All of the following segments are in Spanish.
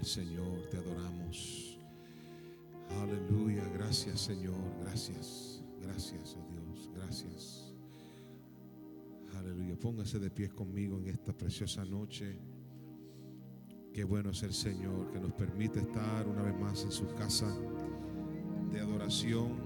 al Señor, te adoramos. Aleluya, gracias Señor, gracias, gracias, oh Dios, gracias. Aleluya, póngase de pie conmigo en esta preciosa noche. Qué bueno es el Señor que nos permite estar una vez más en su casa de adoración.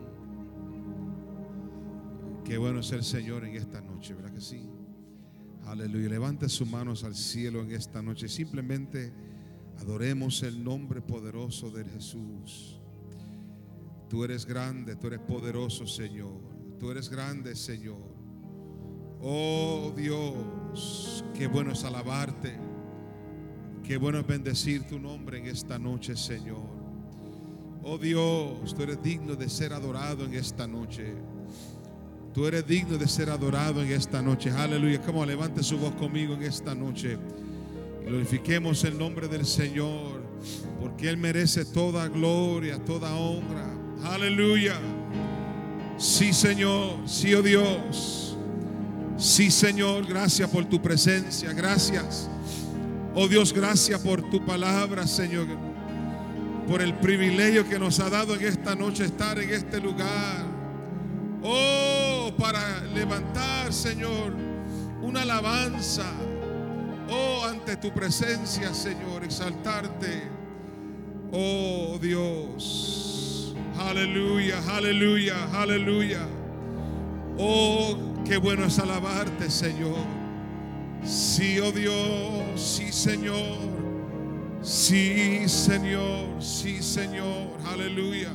Qué bueno es el Señor en esta noche, ¿verdad que sí? Aleluya, levante sus manos al cielo en esta noche. Simplemente adoremos el nombre poderoso de Jesús. Tú eres grande, tú eres poderoso, Señor. Tú eres grande, Señor. Oh Dios, qué bueno es alabarte. Qué bueno es bendecir tu nombre en esta noche, Señor. Oh Dios, tú eres digno de ser adorado en esta noche. Tú eres digno de ser adorado en esta noche. Aleluya. Como levante su voz conmigo en esta noche. Glorifiquemos el nombre del Señor, porque Él merece toda gloria, toda honra. Aleluya. Sí, Señor. Sí, oh Dios. Sí, Señor. Gracias por tu presencia. Gracias. Oh Dios, gracias por tu palabra, Señor. Por el privilegio que nos ha dado en esta noche estar en este lugar. Oh, para levantar, Señor, una alabanza. Oh, ante tu presencia, Señor, exaltarte. Oh, Dios. Aleluya, aleluya, aleluya. Oh, qué bueno es alabarte, Señor. Sí, oh Dios, sí, Señor. Sí, Señor, sí, Señor. Aleluya.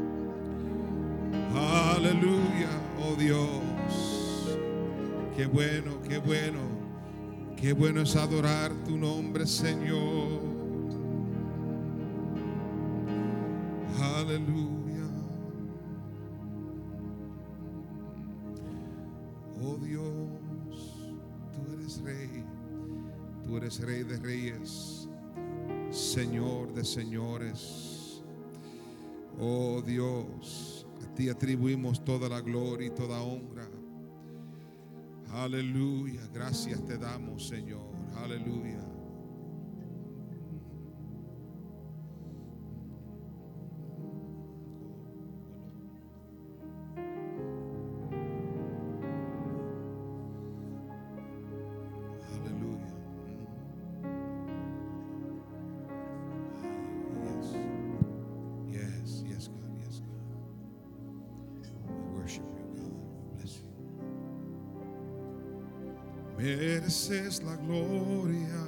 Aleluya, oh Dios. Qué bueno, qué bueno. Qué bueno es adorar tu nombre, Señor. Aleluya. Oh Dios, tú eres rey. Tú eres rey de reyes, Señor de señores. Oh Dios, a ti atribuimos toda la gloria y toda honra. Aleluya, gracias te damos, Señor. Aleluya. Aleluya. Yes, yes, God, yes, God. We worship you, God. We bless you. Mereces la gloria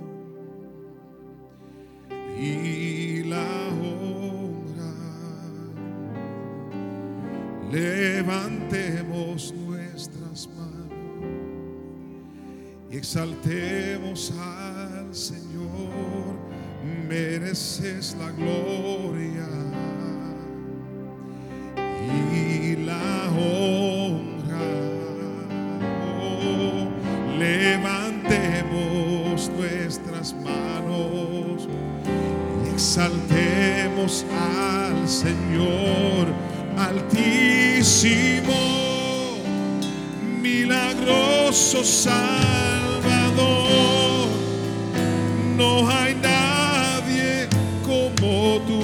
y la honra. Levantemos nuestras manos y exaltemos al Señor. Mereces la gloria y la honra. Oh, levantemos nuestras manos y exaltemos al Señor Altísimo, milagroso Salvador. No hay nadie como tú.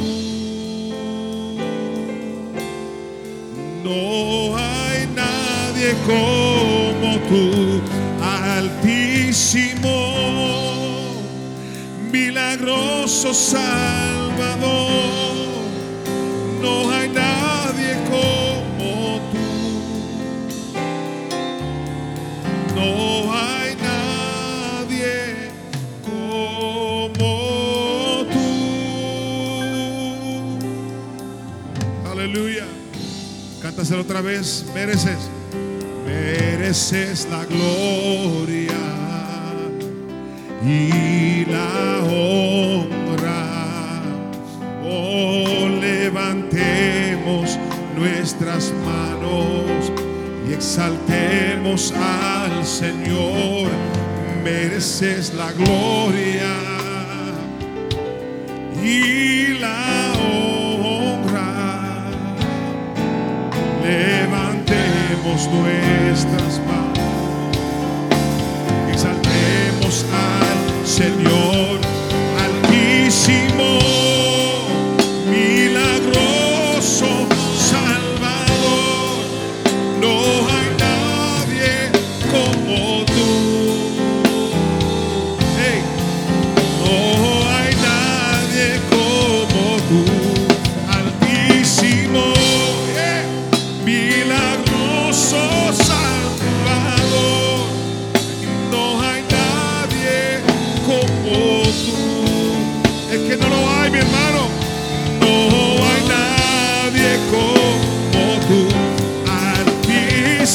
No hay nadie como tú. Altísimo, milagroso Salvador. No hay nadie como tú. No hay nadie como tú. Aleluya. Cántaselo otra vez. Mereces la gloria y la honra. Oh, levantemos nuestras manos y exaltemos al Señor. Mereces la gloria y la honra. Levantemos nuestras manos, exaltemos al Señor Altísimo,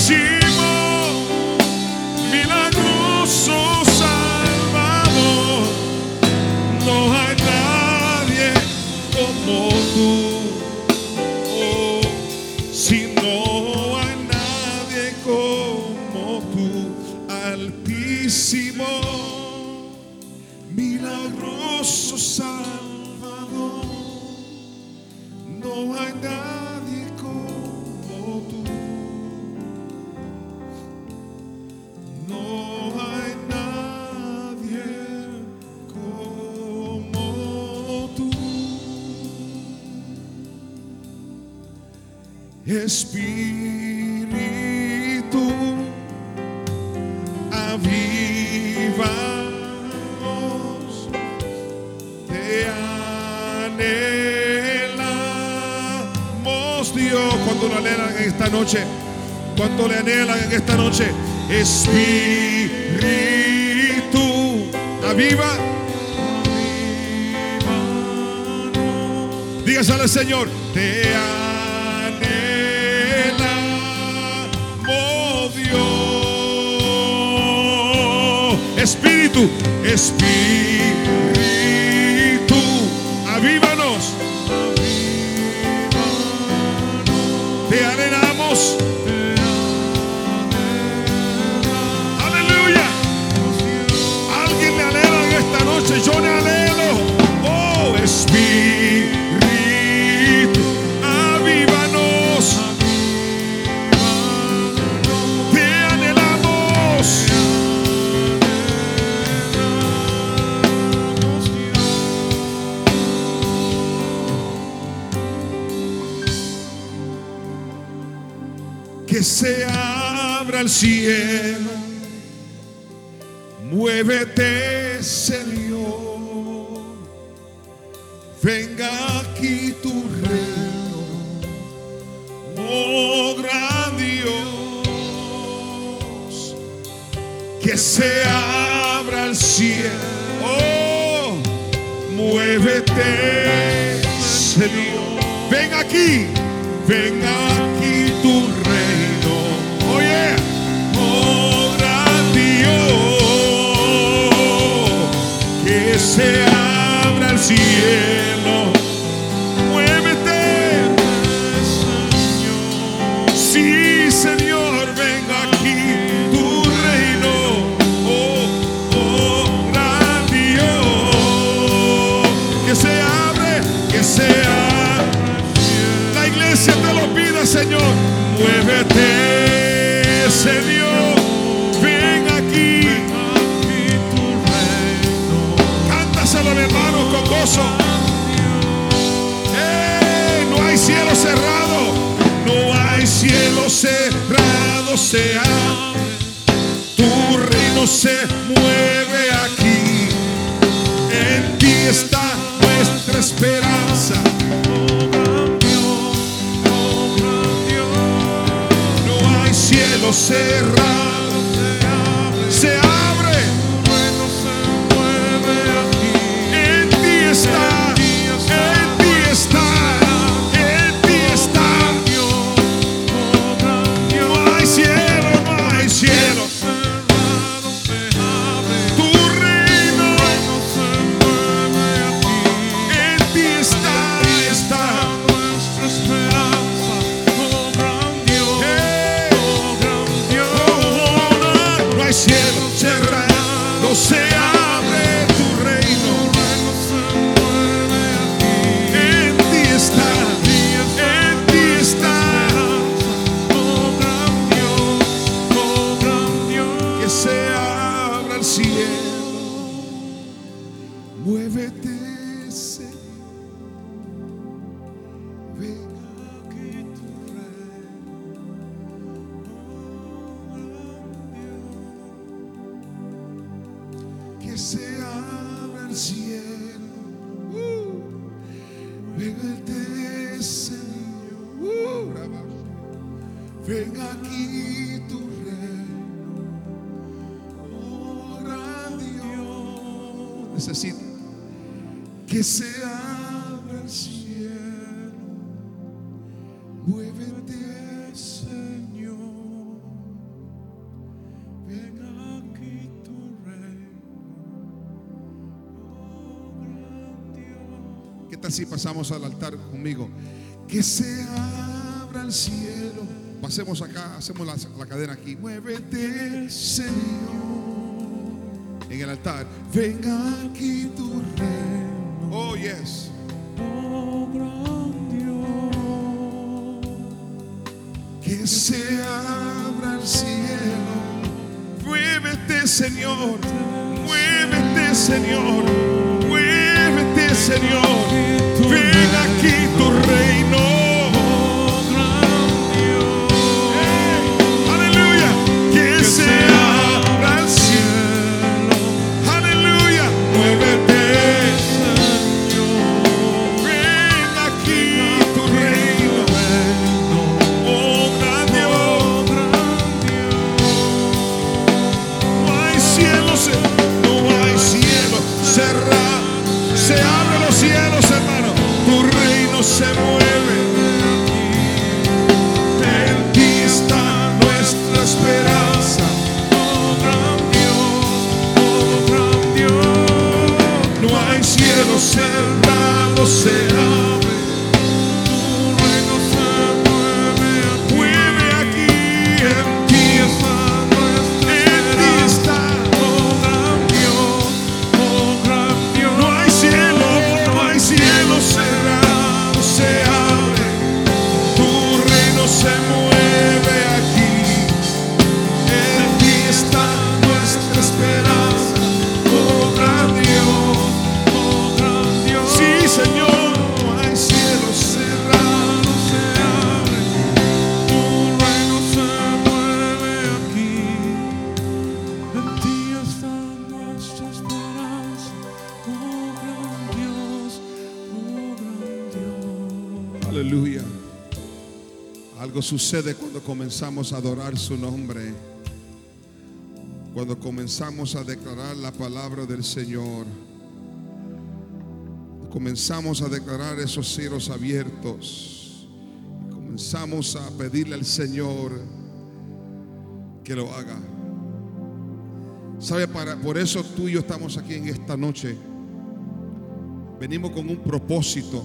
altísimo, milagroso Salvador. No hay nadie como tú. Oh, si no hay nadie como tú, altísimo, milagroso Salvador. No hay nadie como tú. No hay nadie como tú. Espíritu, avívanos, te anhelamos, Dios. ¿Cuánto lo anhelan en esta noche? ¿Cuánto le anhelan en esta noche? Espíritu, aviva. Dígaselo al Señor, te anhelamos, Dios. Espíritu, Espíritu, avívanos. Te anhelamos. Aleluya. Alguien le anhela en esta noche. Yo le anhelo. Oh, Espíritu, avívanos. Te anhelamos. Que se abra el cielo, muévete, Señor. Venga aquí tu reino, oh gran Dios. Que se abra el cielo, oh, muévete, Señor. Ven aquí tu reino. Oye, oh gran Dios, que se abra el cielo, muévete, Señor. Sí, Señor, venga aquí tu reino. Oh, oh gran Dios, que se abre, que se abre. La iglesia te lo pida, Señor. Muévete, Señor. Ven aquí tu reino. Cántaselo, hermano, con gozo. No hay cielo cerrado. No hay cielo cerrado. Se abre. Tu reino se mueve aquí. En ti está nuestra esperanza. Cielo cerrado, se abre, se mueve aquí. En ti está, en ti está, en ti está. No hay cielo, no hay cielo. Tu reino se mueve aquí. En ti está, está nuestra esperanza. Oh gran Dios. No hay cielo cerrado, se abre tu reino. En ti está, en ti está. Oh gran Dios, que se abra el cielo. Muévete, Señor. Venga aquí tu reino. Que se abra el cielo, véngate, Señor, venga aquí tu reino, oh gran Dios. Necesito que se abra el cielo, muévete, Señor. ¿Qué tal si pasamos al altar conmigo? Que se abra el cielo. Pasemos acá, hacemos la cadena aquí. Muévete, Señor. En el altar. Venga aquí tu reino. Oh, yes. Oh, gran Dios. Que se abra el cielo. Muévete, Señor. Muévete, Señor. Muévete, Señor. Ven aquí tu reino. Oh, gran Dios. Aleluya. Que se abra el cielo. Aleluya. Muévete, Señor. ven aquí tu reino. Oh, gran Dios. Oh, gran Dios. No hay cielos, no hay cielo cerrado. Se abren los cielos, hermano. Tu reino se mueve. En ti está nuestra esperanza. Oh, gran Dios. Oh, gran Dios. No hay cielo cerrado, se abre. Tu reino se mueve aquí. Mueve aquí. En ti Está nuestra en ti esperanza. está. Oh, gran Dios. Oh, gran Dios. No hay cielo cerrado, se abre. Tu reino se mueve aquí. En ti está nuestra esperanza. Oh, gran Dios. Oh, gran Dios. Sí, Señor, no hay cielo cerrado, Se abre. Tu reino se mueve aquí. En ti está nuestra esperanza. Oh, gran Dios. Oh, gran Dios. Aleluya. Algo sucede cuando comenzamos a adorar su nombre. Cuando comenzamos a declarar la palabra del Señor. Comenzamos a declarar esos cielos abiertos. Comenzamos a pedirle al Señor que lo haga. ¿Sabe? Por eso tú y yo estamos aquí en esta noche. Venimos con un propósito.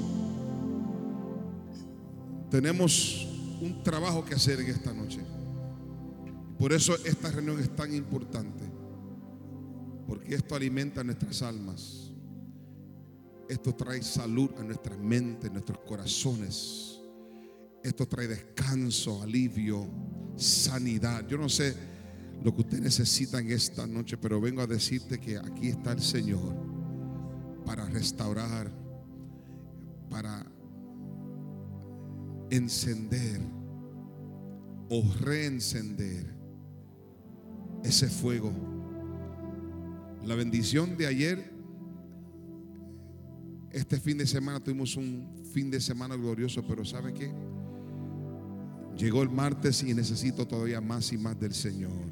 Tenemos un trabajo que hacer en esta noche. Por eso esta reunión es tan importante. Porque esto alimenta nuestras almas. Esto trae salud a nuestras mentes, nuestros corazones. Esto trae descanso, alivio, sanidad. Yo no sé lo que usted necesita en esta noche, pero vengo a decirte que aquí está el Señor para restaurar, para encender o reencender ese fuego. La bendición de ayer, este fin de semana tuvimos un fin de semana glorioso, pero ¿sabe qué? Llegó el martes y necesito todavía más y más del Señor.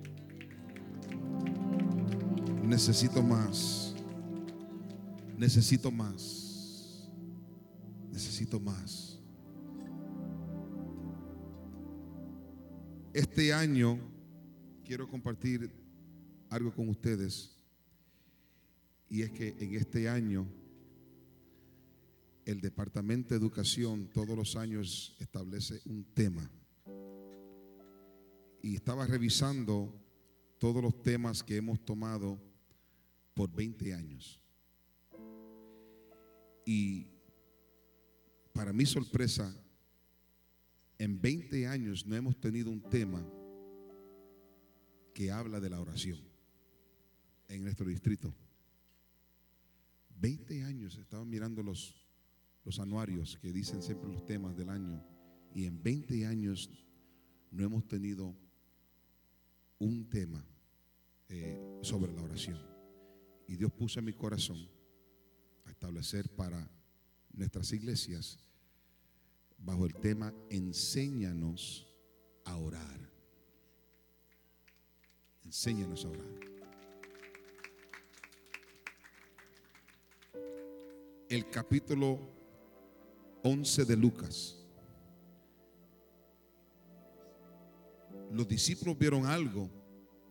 Necesito más. Necesito más. Necesito más. Este año quiero compartir algo con ustedes. Y es que en este año el Departamento de Educación todos los años establece un tema. Y estaba revisando todos los temas que hemos tomado por 20 años. Y para mi sorpresa, en 20 años no hemos tenido un tema que habla de la oración en nuestro distrito. 20 años estaban mirando los anuarios que dicen siempre los temas del año, y en 20 años no hemos tenido un tema sobre la oración. Y Dios puso en mi corazón a establecer para nuestras iglesias bajo el tema enséñanos a orar. Enséñanos a orar. El capítulo 11 de Lucas. Los discípulos vieron algo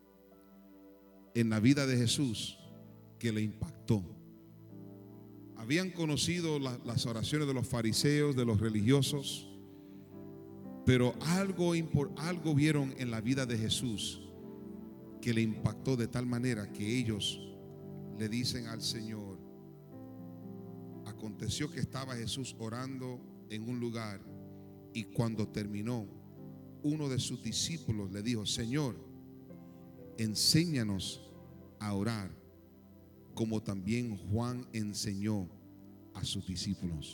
en la vida de Jesús que le impactó. habían conocido las oraciones de los fariseos, de los religiosos, pero algo vieron en la vida de Jesús que le impactó de tal manera que ellos le dicen al Señor: aconteció que estaba Jesús orando en un lugar, y cuando terminó, uno de sus discípulos le dijo: Señor, enséñanos a orar, como también Juan enseñó a sus discípulos.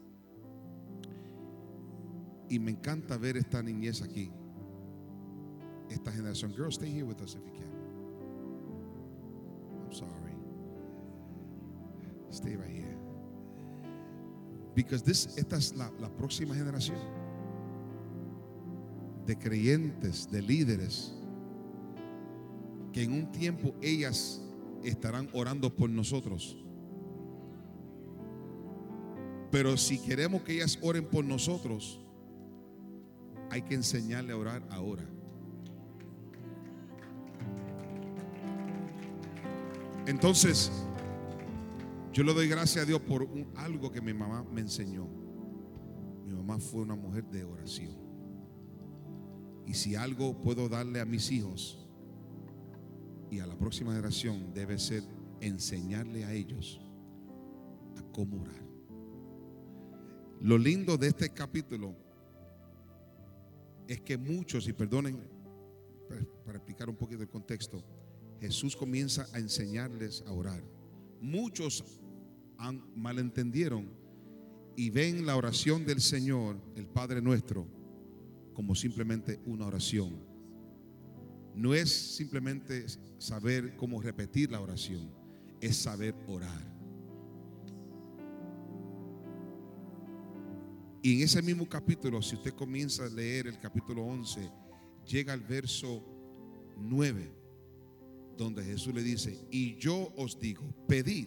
Y me encanta ver esta niñez aquí, esta generación. Girls, stay here with us if you can. I'm sorry. Stay right here. Because esta es la próxima generación de creyentes, de líderes, que en un tiempo ellas estarán orando por nosotros. Pero si queremos que ellas oren por nosotros, hay que enseñarle a orar ahora. Entonces, yo le doy gracias a Dios por algo que mi mamá me enseñó. Mi mamá fue una mujer de oración. Y si algo puedo darle a mis hijos y a la próxima generación, debe ser enseñarle a ellos a cómo orar. Lo lindo de este capítulo es que muchos, y perdonen para explicar un poquito el contexto, Jesús comienza a enseñarles a orar. Muchos malentendieron y ven la oración del Señor, el Padre Nuestro, como simplemente una oración. No es simplemente saber cómo repetir la oración, es saber orar. Y en ese mismo capítulo, si usted comienza a leer el capítulo 11, llega al verso 9, donde Jesús le dice: y yo os digo, pedid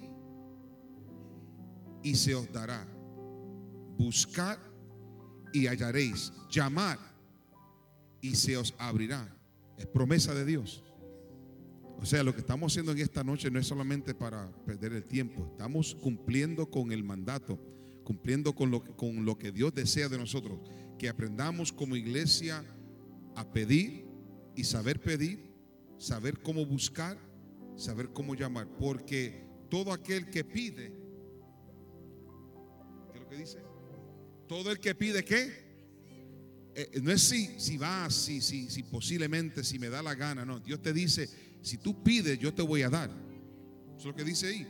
y se os dará, buscad y hallaréis, llamad y se os abrirá. Es promesa de Dios. O sea, lo que estamos haciendo en esta noche no es solamente para perder el tiempo, estamos cumpliendo con el mandato, cumpliendo con lo que Dios desea de nosotros, que aprendamos como iglesia a pedir y saber pedir, saber cómo buscar, saber cómo llamar, porque todo aquel que pide, ¿qué es lo que dice? Todo el que pide, ¿qué? No es si posiblemente, si me da la gana, no. Dios te dice: si tú pides, yo te voy a dar. Eso es lo que dice ahí.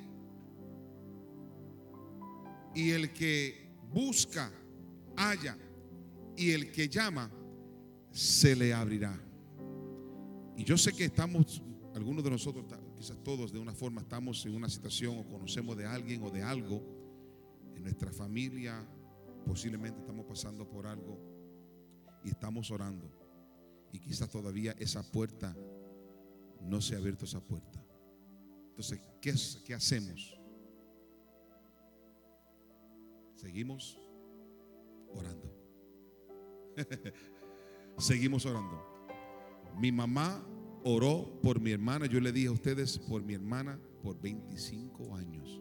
Y el que busca, halla, y el que llama, se le abrirá. Y yo sé que estamos, algunos de nosotros, quizás todos de una forma, estamos en una situación o conocemos de alguien o de algo en nuestra familia, posiblemente estamos pasando por algo y estamos orando, y quizás todavía esa puerta no se ha abierto, esa puerta. Entonces, ¿qué hacemos? Seguimos orando. Seguimos orando. Mi mamá oró por mi hermana. Yo le dije a ustedes, por mi hermana por 25 años.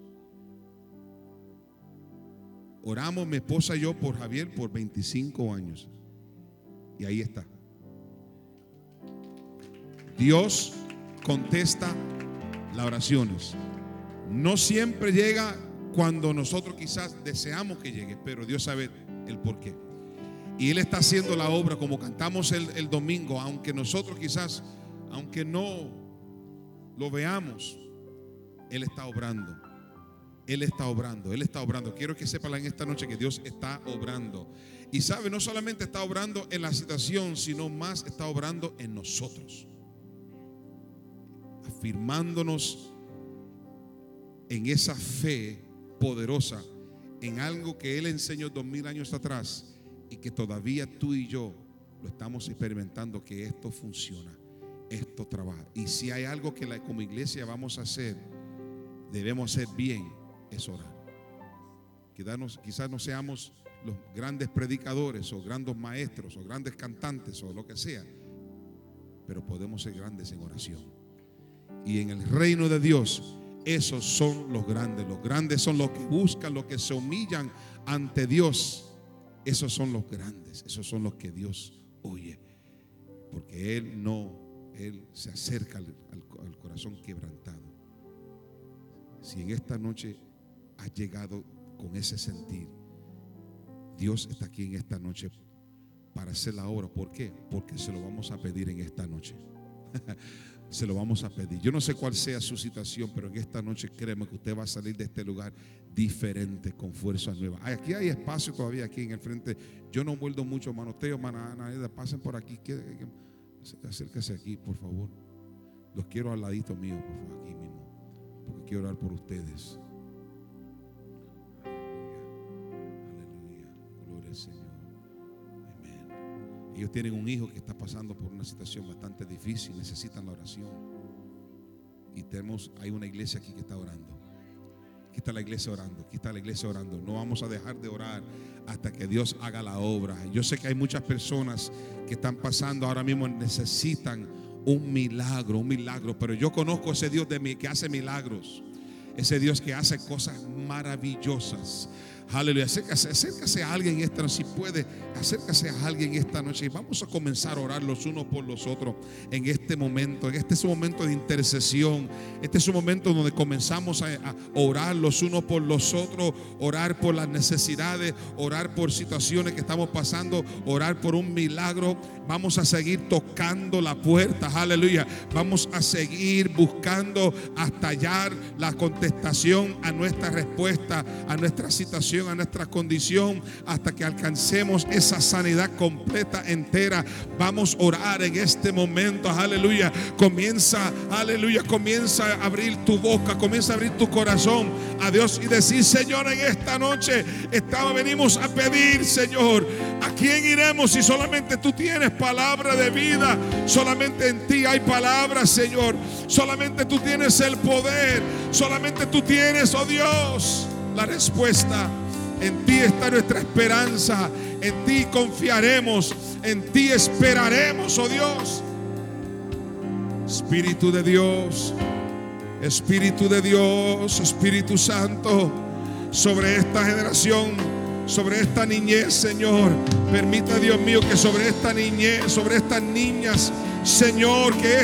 Oramos mi esposa y yo por Javier por 25 años. Y ahí está. Dios contesta las oraciones. No siempre llega cuando nosotros quizás deseamos que llegue, pero Dios sabe el porqué. Y Él está haciendo la obra, como cantamos el domingo, aunque nosotros quizás, aunque no lo veamos, Él está obrando. Él está obrando, Él está obrando. Quiero que sepan en esta noche que Dios está obrando. Y sabe, no solamente está obrando en la situación, sino más está obrando en nosotros, afirmándonos en esa fe poderosa, en algo que Él enseñó 2000 años atrás y que todavía tú y yo lo estamos experimentando, que esto funciona, esto trabaja. Y si hay algo que como iglesia vamos a hacer, debemos hacer bien, es orar. Quizás no seamos los grandes predicadores o grandes maestros o grandes cantantes o lo que sea, pero podemos ser grandes en oración. Y en el reino de Dios, Esos son los grandes. Los grandes son los que buscan, los que se humillan ante Dios. Esos son los grandes. Esos son los que Dios oye. Porque Él se acerca al corazón quebrantado. Si en esta noche has llegado con ese sentir, Dios está aquí en esta noche para hacer la obra. ¿Por qué? Porque se lo vamos a pedir en esta noche. Se lo vamos a pedir. Yo no sé cuál sea su situación, pero en esta noche créeme que usted va a salir de este lugar diferente, con fuerzas nuevas. Aquí hay espacio todavía, aquí en el frente. Yo no muerdo mucho, hermano. Usted, hermana Ana, pasen por aquí. Acérquese aquí, por favor. Los quiero al ladito mío, por favor, aquí mismo, porque quiero orar por ustedes. Aleluya. Gloria al Señor. Ellos tienen un hijo que está pasando por una situación bastante difícil, necesitan la oración. Y hay una iglesia aquí que está orando. Aquí está la iglesia orando, aquí está la iglesia orando. No vamos a dejar de orar hasta que Dios haga la obra. Yo sé que hay muchas personas que están pasando ahora mismo, necesitan un milagro, pero yo conozco ese Dios que hace milagros, ese Dios que hace cosas maravillosas. Aleluya. Acércase a alguien esta noche, si puede, acércase a alguien esta noche y vamos a comenzar a orar los unos por los otros en este momento. Este es un momento de intercesión. Este es un momento donde comenzamos a orar los unos por los otros, orar por las necesidades, orar por situaciones que estamos pasando, orar por un milagro. Vamos a seguir tocando la puerta, aleluya. Vamos a seguir buscando hasta hallar la contestación a nuestra respuesta, a nuestra situación, a nuestra condición, hasta que alcancemos esa sanidad completa, entera. Vamos a orar en este momento, aleluya. Comienza a abrir tu boca, comienza a abrir tu corazón a Dios y decir: Señor, en esta noche venimos a pedir, Señor, ¿a quién iremos si solamente tú tienes palabra de vida? Solamente en ti hay palabra, Señor. Solamente tú tienes el poder. Solamente tú tienes, oh Dios, la respuesta. En ti está nuestra esperanza. En ti confiaremos. En ti esperaremos, oh Dios. Espíritu de Dios, Espíritu de Dios, Espíritu Santo, sobre esta generación, sobre esta niñez, Señor. Permita, Dios mío, que sobre esta niñez, sobre estas niñas, Señor, que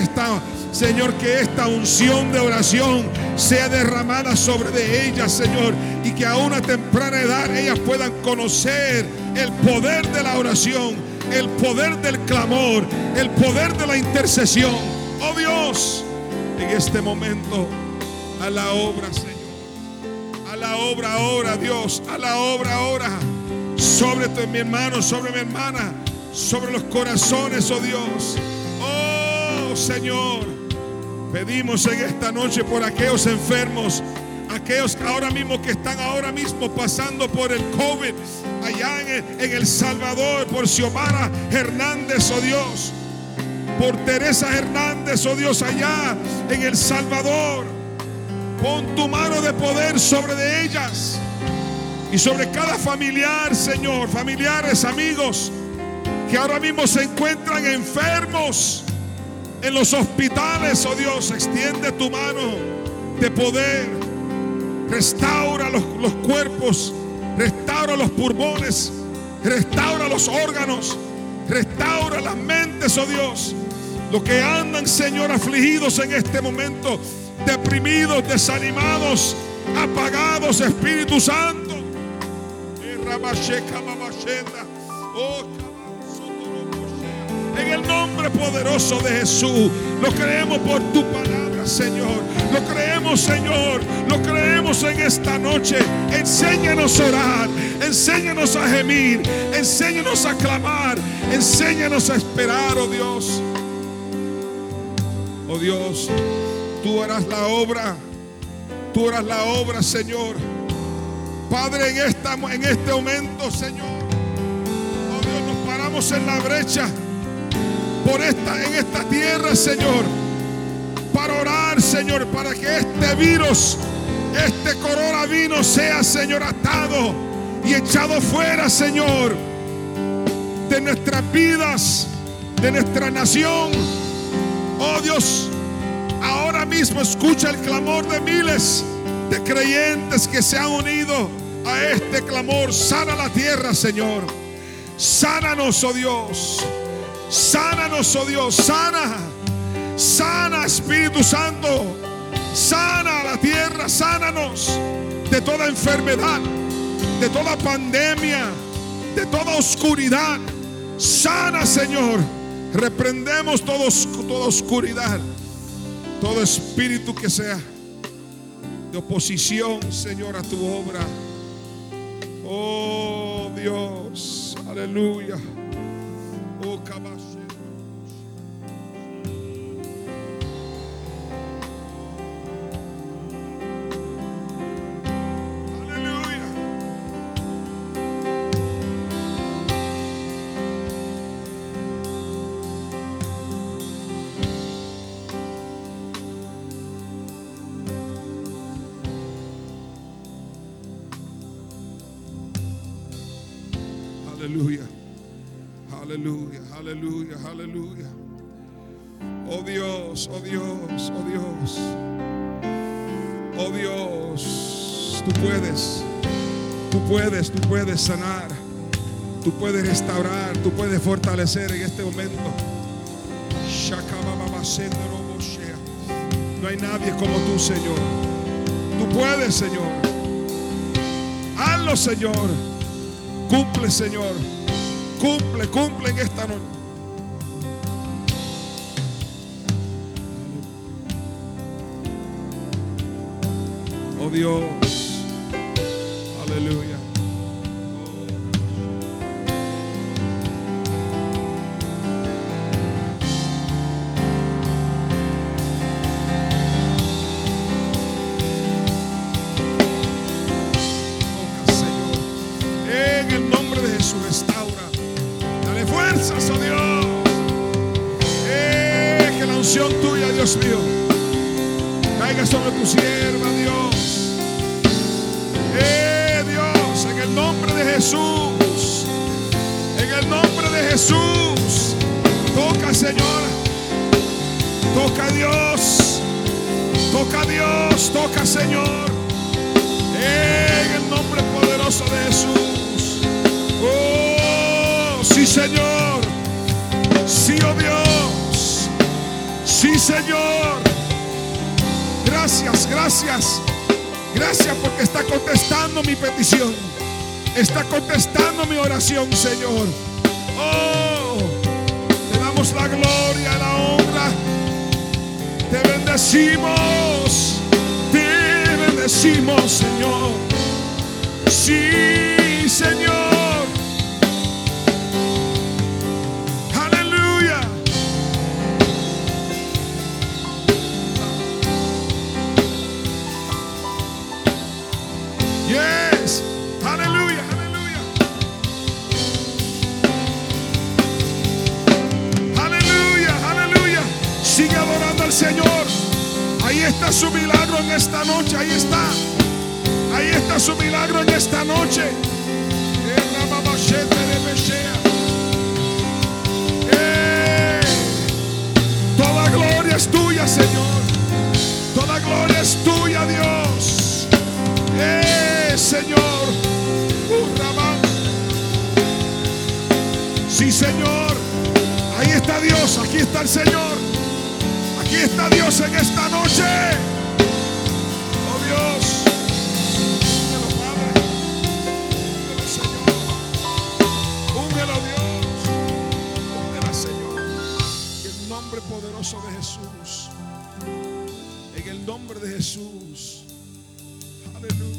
esta unción de oración sea derramada sobre de ellas, Señor, y que a una temprana edad ellas puedan conocer el poder de la oración, el poder del clamor, el poder de la intercesión. Oh Dios, en este momento, a la obra, Señor. A la obra ahora, Dios, a la obra ahora, sobre mi hermano, sobre mi hermana, sobre los corazones, oh Dios. Oh Señor, pedimos en esta noche por aquellos enfermos, aquellos ahora mismo que están ahora mismo pasando por el COVID, allá en El Salvador, por Xiomara Hernández, oh Dios, por Teresa Hernández, oh Dios, allá en El Salvador. Pon tu mano de poder sobre de ellas y sobre cada familiar, Señor, familiares, amigos que ahora mismo se encuentran enfermos en los hospitales, oh Dios. Extiende tu mano de poder, restaura los cuerpos, restaura los pulmones, restaura los órganos, restaura las mentes, oh Dios. Los que andan, Señor, afligidos en este momento, deprimidos, desanimados, apagados, Espíritu Santo. En el nombre poderoso de Jesús, lo creemos por tu palabra, Señor. Lo creemos, Señor. Lo creemos en esta noche. Enséñanos a orar, enséñanos a gemir, enséñanos a clamar, enséñanos a esperar, oh Dios. Oh Dios, tú harás la obra. Tú harás la obra, Señor. Padre, en este momento, Señor, oh Dios, nos paramos en la brecha en esta tierra, Señor, para orar, Señor, para que este virus, este coronavirus sea, Señor, atado y echado fuera, Señor, de nuestras vidas, de nuestra nación. Oh Dios, ahora ahora mismo escucha el clamor de miles de creyentes que se han unido a este clamor. Sana la tierra, Señor. Sánanos, oh Dios. Sánanos, oh Dios. Sana. Sana, Espíritu Santo. Sana la tierra. Sánanos de toda enfermedad, de toda pandemia, de toda oscuridad. Sana, Señor. Reprendemos toda oscuridad, todo espíritu que sea de oposición, Señor, a tu obra. Oh Dios, aleluya. Oh caballo. Aleluya, aleluya, aleluya, aleluya. Oh Dios, oh Dios, oh Dios, oh Dios. Tú puedes sanar, tú puedes restaurar, tú puedes fortalecer en este momento. No hay nadie como tú, Señor. Tú puedes, Señor. Hazlo, Señor. Cumple, Señor. Cumple en esta noche. Oh Dios. Aleluya. Restaura, dale fuerzas, oh Dios. Que la unción tuya, Dios mío, caiga sobre tu sierva, Dios. Dios, en el nombre de Jesús, en el nombre de Jesús, toca, Señor, toca, Dios, toca, Dios, toca, Señor, en el nombre poderoso de Jesús. Oh, sí, Señor. Sí, oh Dios. Sí, Señor. Gracias, gracias. Gracias porque está contestando mi petición. Está contestando mi oración, Señor. Oh, te damos la gloria, la honra. Te bendecimos. Te bendecimos, Señor. Sí, Señor. Yes, aleluya, aleluya. Aleluya, aleluya. Sigue adorando al Señor. Ahí está su milagro en esta noche. Ahí está. Ahí está su milagro en esta noche. Toda gloria es tuya, Señor. Toda gloria es tuya, Dios. Señor. Sí, Señor. Ahí está Dios. Aquí está el Señor. Aquí está Dios en esta noche. Oh Dios. Úngelo, Padre. Úngelo, Señor. Úngelo, Dios. Úngelo, Señor. En el nombre poderoso de Jesús. En el nombre de Jesús. Aleluya.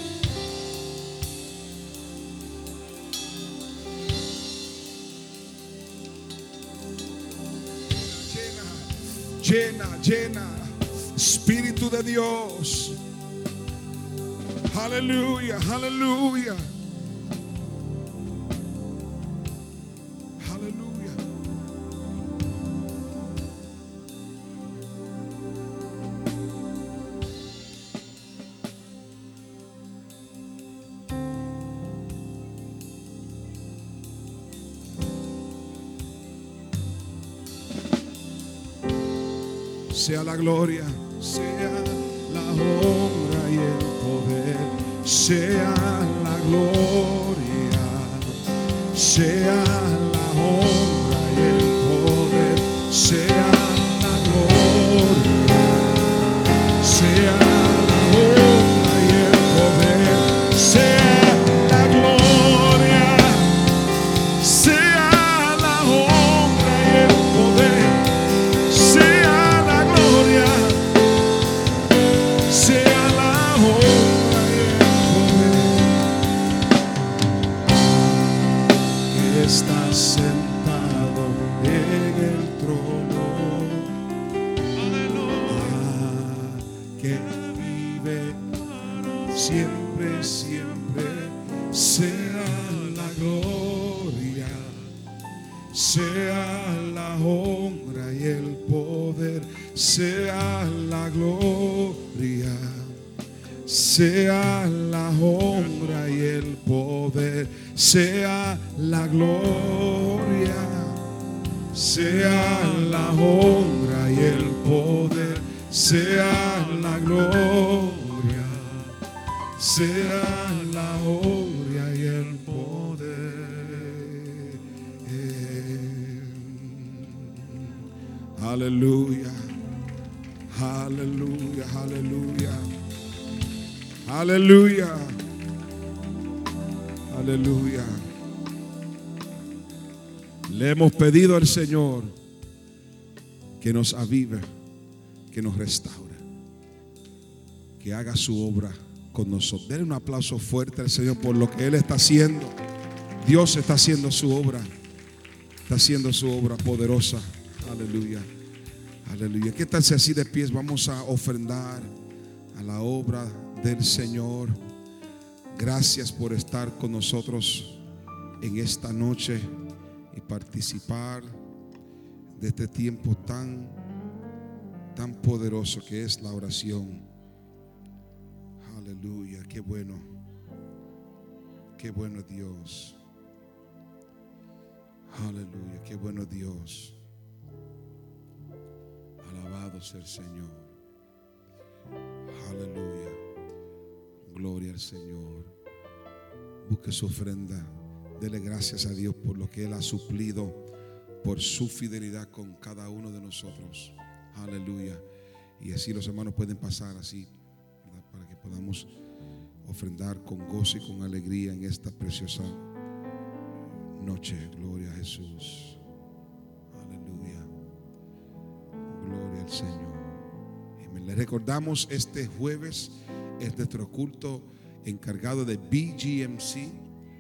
Llena, Espíritu de Dios. Aleluya, aleluya. Aleluya. Sea la gloria, sea la honra y el poder, sea la gloria, sea la honra y el poder, sea la gloria, sea la honra y el poder, sea la gloria, sea la honra y el poder, sea la gloria, sea la honra y el poder, que está sentado en el trono, que vive siempre, siempre, sea la gloria, sea la honra y el poder, sea la gloria, sea la honra y el poder, sea la gloria, sea la honra y el poder, sea la gloria, sea la honra y el poder. Aleluya, aleluya, aleluya, aleluya, aleluya. Le hemos pedido al Señor que nos avive, que nos restaure, que haga su obra con nosotros. Denle un aplauso fuerte al Señor por lo que Él está haciendo. Dios está haciendo su obra, está haciendo su obra poderosa. Aleluya, aleluya. ¿Qué tal si así de pies vamos a ofrendar a la obra del Señor? Gracias por estar con nosotros en esta noche y participar de este tiempo tan poderoso que es la oración. Aleluya, qué bueno Dios. Aleluya, qué bueno Dios. Alabado sea el Señor. Aleluya, gloria al Señor. Busque su ofrenda, dele gracias a Dios por lo que Él ha suplido, por su fidelidad con cada uno de nosotros. Aleluya. Y así los hermanos pueden pasar así, ¿verdad? Para que podamos ofrendar con gozo y con alegría en esta preciosa noche. Gloria a Jesús. Aleluya. Gloria al Señor. Amén. Les recordamos, este jueves es nuestro culto encargado de BGMC.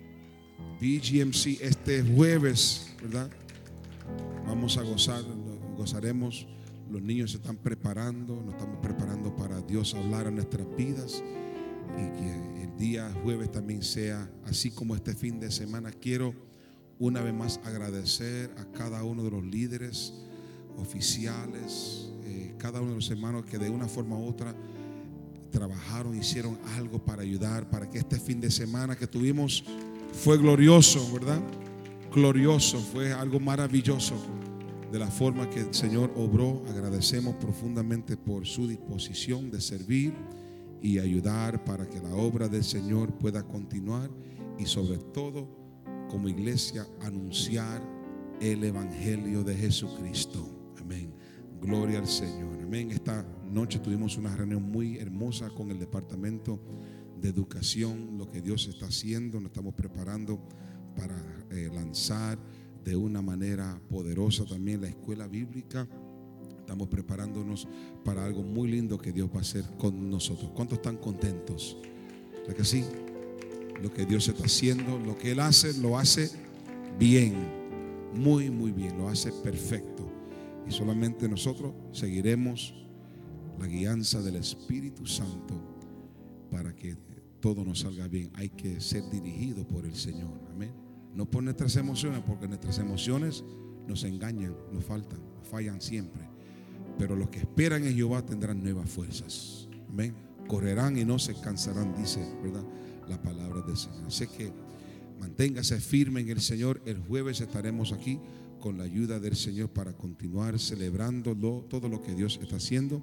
BGMC este jueves, ¿verdad? Vamos a gozaremos. Los niños se están preparando, nos estamos preparando para Dios hablar a nuestras vidas, y que el día jueves también sea así como este fin de semana. Quiero una vez más agradecer a cada uno de los líderes oficiales, cada uno de los hermanos que de una forma u otra trabajaron, hicieron algo para ayudar, para que este fin de semana que tuvimos fue glorioso, ¿verdad? Glorioso, fue algo maravilloso. De la forma que el Señor obró, agradecemos profundamente por su disposición de servir y ayudar para que la obra del Señor pueda continuar, y sobre todo como iglesia anunciar el evangelio de Jesucristo. Amén. Gloria al Señor. Amén. Esta noche tuvimos una reunión muy hermosa con el departamento de educación, lo que Dios está haciendo. Nos estamos preparando para lanzar de una manera poderosa también la escuela bíblica. Estamos preparándonos para algo muy lindo que Dios va a hacer con nosotros. ¿Cuántos están contentos? ¿Verdad que sí? Lo que Dios está haciendo, lo que Él hace, lo hace bien, muy, muy bien, lo hace perfecto. Y solamente nosotros seguiremos la guianza del Espíritu Santo para que todo nos salga bien. Hay que ser dirigido por el Señor. Amén. No por nuestras emociones, porque nuestras emociones nos engañan, nos faltan, nos fallan siempre. Pero los que esperan en Jehová tendrán nuevas fuerzas. Amén. Correrán y no se cansarán, dice, ¿verdad?, la palabra del Señor. Así que manténgase firme en el Señor. El jueves estaremos aquí con la ayuda del Señor para continuar celebrando todo lo que Dios está haciendo.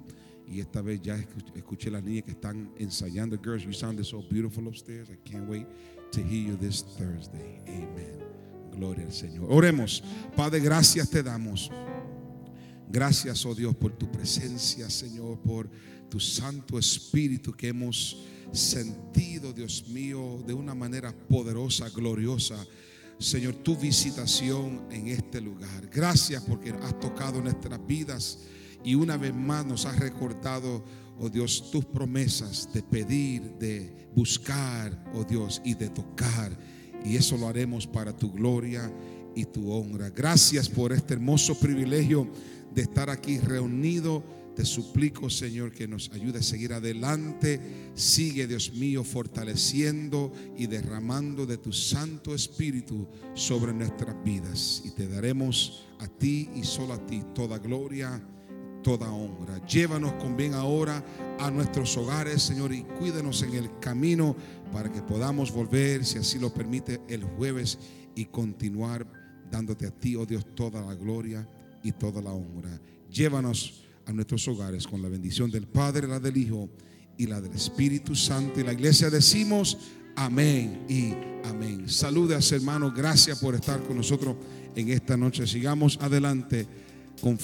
Y esta vez ya escuché a las niñas que están ensayando. Girls, you sounded so beautiful upstairs. I can't wait to hear you this Thursday. Amen. Gloria al Señor. Oremos. Padre, gracias te damos. Gracias, oh Dios, por tu presencia, Señor, por tu Santo Espíritu que hemos sentido, Dios mío, de una manera poderosa, gloriosa. Señor, tu visitación en este lugar. Gracias porque has tocado nuestras vidas y una vez más nos has recordado, oh Dios, tus promesas de pedir, de buscar, oh Dios, y de tocar. Y eso lo haremos para tu gloria y tu honra. Gracias por este hermoso privilegio de estar aquí reunido. Te suplico, Señor, que nos ayude a seguir adelante. Sigue, Dios mío, fortaleciendo y derramando de tu Santo Espíritu sobre nuestras vidas. Y te daremos a ti y solo a ti toda gloria, toda honra. Llévanos con bien ahora a nuestros hogares, Señor, y cuídanos en el camino para que podamos volver, si así lo permite, el jueves y continuar dándote a ti, oh Dios, toda la gloria y toda la honra. Llévanos a nuestros hogares con la bendición del Padre, la del Hijo y la del Espíritu Santo. Y la iglesia decimos amén y amén. Saludos, hermanos. Gracias por estar con nosotros en esta noche. Sigamos adelante con